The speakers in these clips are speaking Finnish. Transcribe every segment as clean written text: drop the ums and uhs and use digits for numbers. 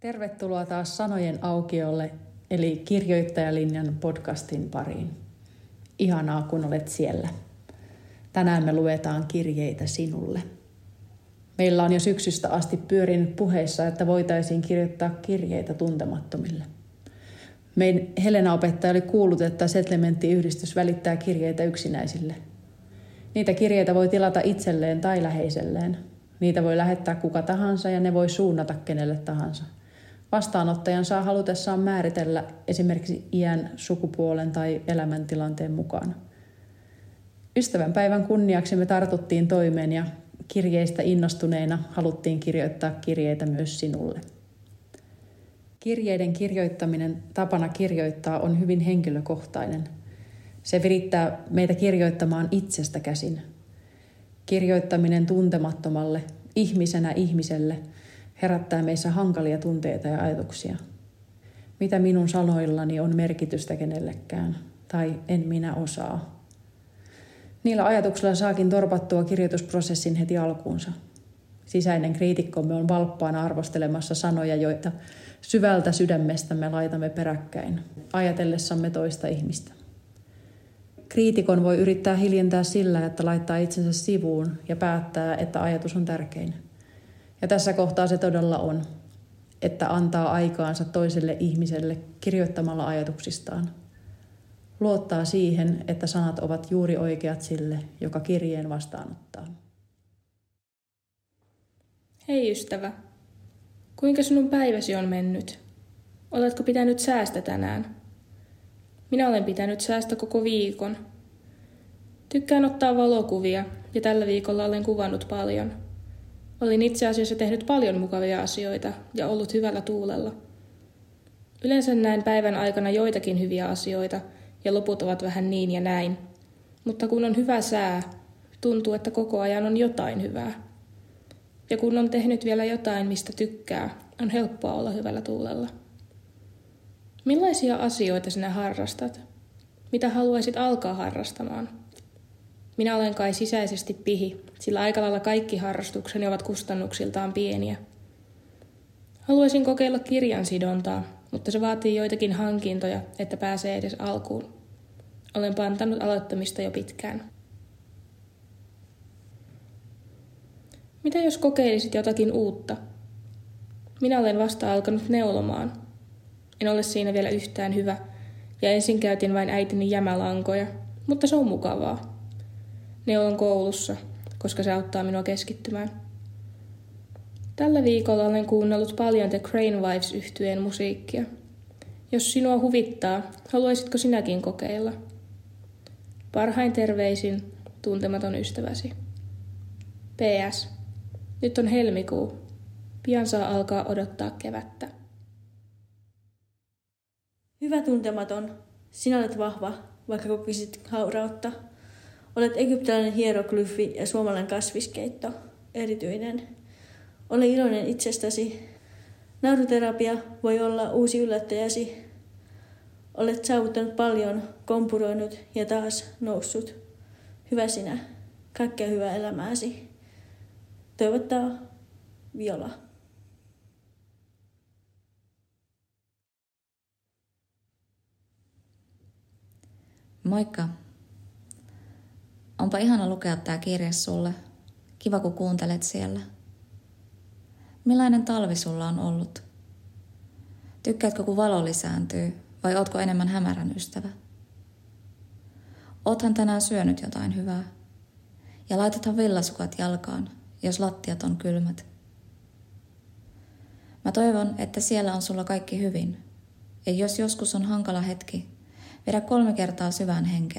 Tervetuloa taas Sanojen aukiolle, eli Kirjoittajalinjan podcastin pariin. Ihanaa, kun olet siellä. Tänään me luetaan kirjeitä sinulle. Meillä on jo syksystä asti pyörinyt puheissa, että voitaisiin kirjoittaa kirjeitä tuntemattomille. Meidän Helena-opettaja oli kuullut, että Settlementti-yhdistys välittää kirjeitä yksinäisille. Niitä kirjeitä voi tilata itselleen tai läheiselleen. Niitä voi lähettää kuka tahansa ja ne voi suunnata kenelle tahansa. Vastaanottajan saa halutessaan määritellä esimerkiksi iän, sukupuolen tai elämäntilanteen mukaan. Ystävänpäivän kunniaksi me tartuttiin toimeen ja kirjeistä innostuneina haluttiin kirjoittaa kirjeitä myös sinulle. Kirjeiden kirjoittaminen tapana kirjoittaa on hyvin henkilökohtainen. Se virittää meitä kirjoittamaan itsestä käsin. Kirjoittaminen tuntemattomalle, ihmisenä ihmiselle, herättää meissä hankalia tunteita ja ajatuksia. Mitä minun sanoillani on merkitystä kenellekään, tai en minä osaa. Niillä ajatuksilla saakin torpattua kirjoitusprosessin heti alkuunsa. Sisäinen kriitikkomme on valppaana arvostelemassa sanoja, joita syvältä sydämestämme laitamme peräkkäin, ajatellessamme toista ihmistä. Kriitikon voi yrittää hiljentää sillä, että laittaa itsensä sivuun ja päättää, että ajatus on tärkein. Ja tässä kohtaa se todella on, että antaa aikaansa toiselle ihmiselle kirjoittamalla ajatuksistaan. Luottaa siihen, että sanat ovat juuri oikeat sille, joka kirjeen vastaanottaa. Hei ystävä, kuinka sinun päiväsi on mennyt? Oletko pitänyt säästä tänään? Minä olen pitänyt säästä koko viikon. Tykkään ottaa valokuvia ja tällä viikolla olen kuvannut paljon. Olin itse asiassa tehnyt paljon mukavia asioita ja ollut hyvällä tuulella. Yleensä näen päivän aikana joitakin hyviä asioita ja loput ovat vähän niin ja näin. Mutta kun on hyvä sää, tuntuu, että koko ajan on jotain hyvää. Ja kun on tehnyt vielä jotain, mistä tykkää, on helppoa olla hyvällä tuulella. Millaisia asioita sinä harrastat? Mitä haluaisit alkaa harrastamaan? Minä olen kai sisäisesti pihi, sillä aika lailla kaikki harrastukseni ovat kustannuksiltaan pieniä. Haluaisin kokeilla kirjansidontaa, mutta se vaatii joitakin hankintoja, että pääsee edes alkuun. Olen pantannut aloittamista jo pitkään. Mitä jos kokeilisit jotakin uutta? Minä olen vasta alkanut neulomaan. En ole siinä vielä yhtään hyvä, ja ensin käytin vain äitini jämälankoja, mutta se on mukavaa. Neulon koulussa, koska se auttaa minua keskittymään. Tällä viikolla olen kuunnellut paljon The Cranewives-yhtyeen musiikkia. Jos sinua huvittaa, haluaisitko sinäkin kokeilla? Parhain terveisin, tuntematon ystäväsi. PS. Nyt on helmikuu. Pian saa alkaa odottaa kevättä. Hyvä tuntematon, sinä olet vahva, vaikka kokisit haurautta. Olet egyptiläinen hieroglyfi ja suomalainen kasviskeitto, erityinen. Ole iloinen itsestäsi. Nauruterapia voi olla uusi yllättäjäsi. Olet saavuttanut paljon, kompuroinut ja taas noussut. Hyvä sinä. Kaikkea hyvää elämääsi. Toivottaa Viola. Moikka. Onpa ihana lukea tää kirje sulle. Kiva, kun kuuntelet siellä. Millainen talvi sulla on ollut? Tykkäätkö, kun valo lisääntyy, vai ootko enemmän hämärän ystävä? Oothan tänään syönyt jotain hyvää. Ja laitathan villasukat jalkaan, jos lattiat on kylmät. Mä toivon, että siellä on sulla kaikki hyvin. Ja jos joskus on hankala hetki, vedä 3 kertaa syvään henkeä.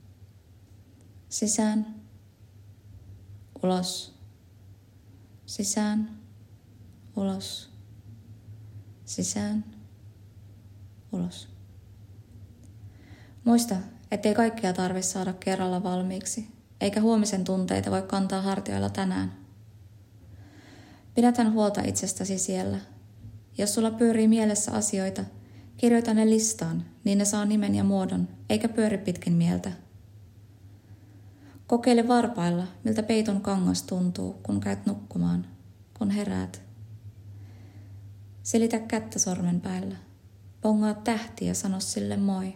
Sisään, ulos, sisään, ulos, sisään, ulos. Muista, ettei kaikkea tarvitse saada kerralla valmiiksi, eikä huomisen tunteita voi kantaa hartioilla tänään. Pidätän huolta itsestäsi siellä. Jos sulla pyörii mielessä asioita, kirjoita ne listaan, niin ne saa nimen ja muodon, eikä pyöri pitkin mieltä. Kokeile varpailla, miltä peiton kangas tuntuu, kun käyt nukkumaan, kun heräät. Selitä kättä sormen päällä. Pongaa tähti ja sano sille moi.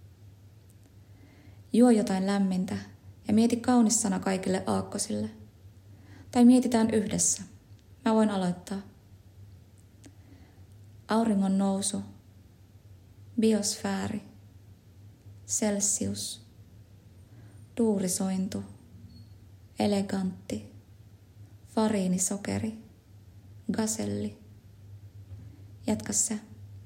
Juo jotain lämmintä ja mieti kaunis sana kaikille aakkosille. Tai mietitään yhdessä. Mä voin aloittaa. Auringon nousu. Biosfääri. Celsius. Duurisointu. Elegantti. Fariinisokeri. Gaselli. Jatka se.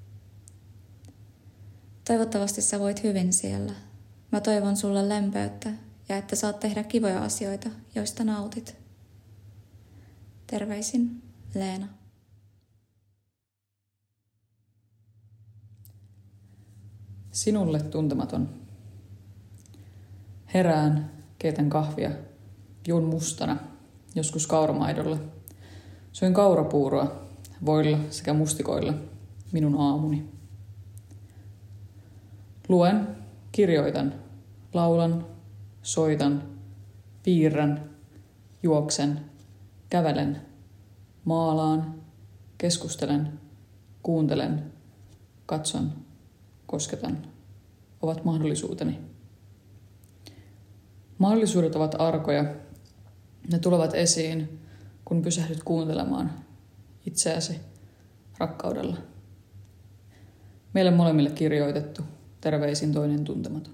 Toivottavasti sä voit hyvin siellä. Mä toivon sulle lempeyttä ja että saat tehdä kivoja asioita, joista nautit. Terveisin, Leena. Sinulle tuntematon. Herään, keitän kahvia, juon mustana, joskus kauramaidolla. Syön kaurapuuroa, voilla sekä mustikoilla, minun aamuni. Luen, kirjoitan, laulan, soitan, piirrän, juoksen, kävelen, maalaan, keskustelen, kuuntelen, katson, kosketan, ovat mahdollisuuteni. Mahdollisuudet ovat arkoja. Ne tulevat esiin, kun pysähdyt kuuntelemaan itseäsi rakkaudella. Meille molemmille kirjoitettu. Terveisin toinen tuntematon.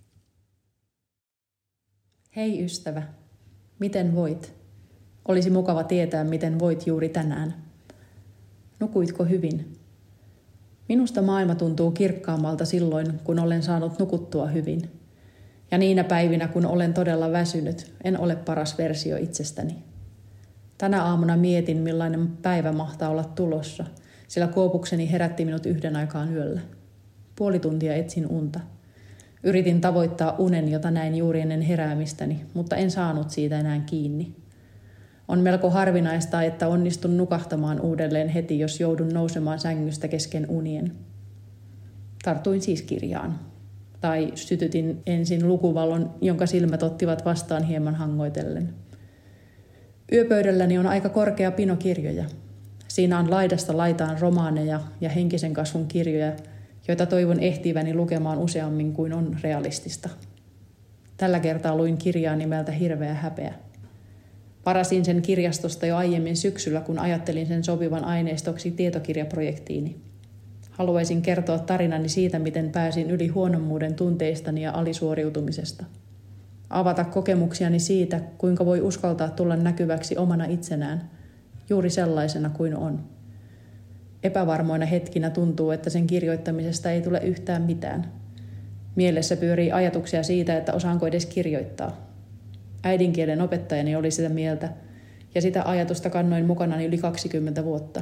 Hei ystävä, miten voit? Olisi mukava tietää, miten voit juuri tänään. Nukuitko hyvin? Minusta maailma tuntuu kirkkaammalta silloin, kun olen saanut nukuttua hyvin. Ja niinä päivinä, kun olen todella väsynyt, en ole paras versio itsestäni. Tänä aamuna mietin, millainen päivä mahtaa olla tulossa, sillä kuopukseni herätti minut 1 aikaan yöllä. 0,5 tuntia etsin unta. Yritin tavoittaa unen, jota näin juuri ennen heräämistäni, mutta en saanut siitä enää kiinni. On melko harvinaista, että onnistun nukahtamaan uudelleen heti, jos joudun nousemaan sängystä kesken unien. Tartuin siis kirjaan. Tai sytytin ensin lukuvalon, jonka silmät ottivat vastaan hieman hangoitellen. Yöpöydälläni on aika korkea pino kirjoja. Siinä on laidasta laitaan romaaneja ja henkisen kasvun kirjoja, joita toivon ehtiväni lukemaan useammin kuin on realistista. Tällä kertaa luin kirjaa nimeltä Hirveä häpeä. Varasin sen kirjastosta jo aiemmin syksyllä, kun ajattelin sen sopivan aineistoksi tietokirjaprojektiini. Haluaisin kertoa tarinani siitä, miten pääsin yli huonommuuden tunteistani ja alisuoriutumisesta. Avata kokemuksiani siitä, kuinka voi uskaltaa tulla näkyväksi omana itsenään, juuri sellaisena kuin on. Epävarmoina hetkinä tuntuu, että sen kirjoittamisesta ei tule yhtään mitään. Mielessä pyörii ajatuksia siitä, että osaanko edes kirjoittaa. Äidinkielen opettajani oli sitä mieltä, ja sitä ajatusta kannoin mukanani yli 20 vuotta.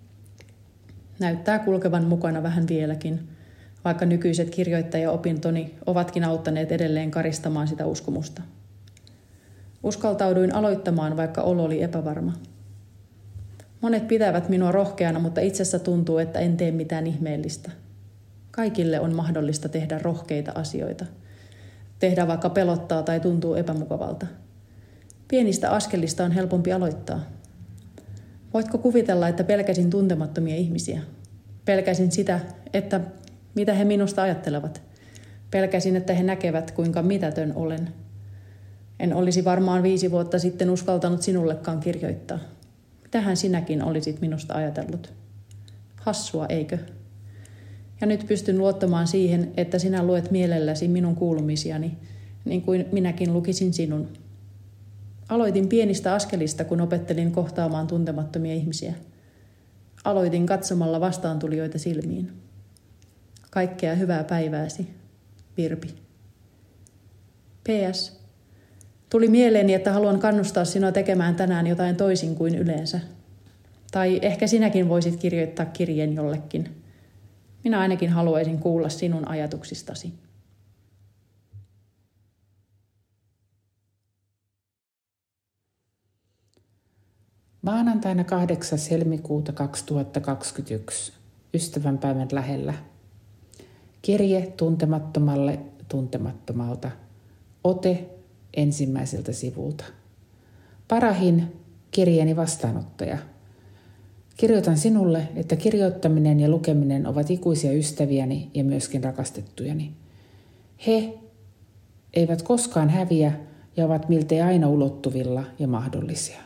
Näyttää kulkevan mukana vähän vieläkin, vaikka nykyiset kirjoittajaopintoni ovatkin auttaneet edelleen karistamaan sitä uskomusta. Uskaltauduin aloittamaan, vaikka olo oli epävarma. Monet pitävät minua rohkeana, mutta itsessä tuntuu, että en tee mitään ihmeellistä. Kaikille on mahdollista tehdä rohkeita asioita. Tehdä vaikka pelottaa tai tuntuu epämukavalta. Pienistä askelista on helpompi aloittaa. Voitko kuvitella, että pelkäsin tuntemattomia ihmisiä? Pelkäsin sitä, että mitä he minusta ajattelevat. Pelkäsin, että he näkevät, kuinka mitätön olen. En olisi varmaan 5 vuotta sitten uskaltanut sinullekaan kirjoittaa. Mitähän sinäkin olisit minusta ajatellut? Hassua, eikö? Ja nyt pystyn luottamaan siihen, että sinä luet mielelläsi minun kuulumisiani, niin kuin minäkin lukisin sinun. Aloitin pienistä askelista, kun opettelin kohtaamaan tuntemattomia ihmisiä. Aloitin katsomalla vastaantulijoita silmiin. Kaikkea hyvää päivääsi, Virpi. PS. Tuli mieleeni, että haluan kannustaa sinua tekemään tänään jotain toisin kuin yleensä. Tai ehkä sinäkin voisit kirjoittaa kirjeen jollekin. Minä ainakin haluaisin kuulla sinun ajatuksistasi. Maanantaina 8. helmikuuta 2021, ystävänpäivän lähellä. Kirje tuntemattomalle tuntemattomalta. Ote ensimmäiseltä sivulta. Parahin, kirjeeni vastaanottaja. Kirjoitan sinulle, että kirjoittaminen ja lukeminen ovat ikuisia ystäviäni ja myöskin rakastettujani. He eivät koskaan häviä ja ovat miltei aina ulottuvilla ja mahdollisia.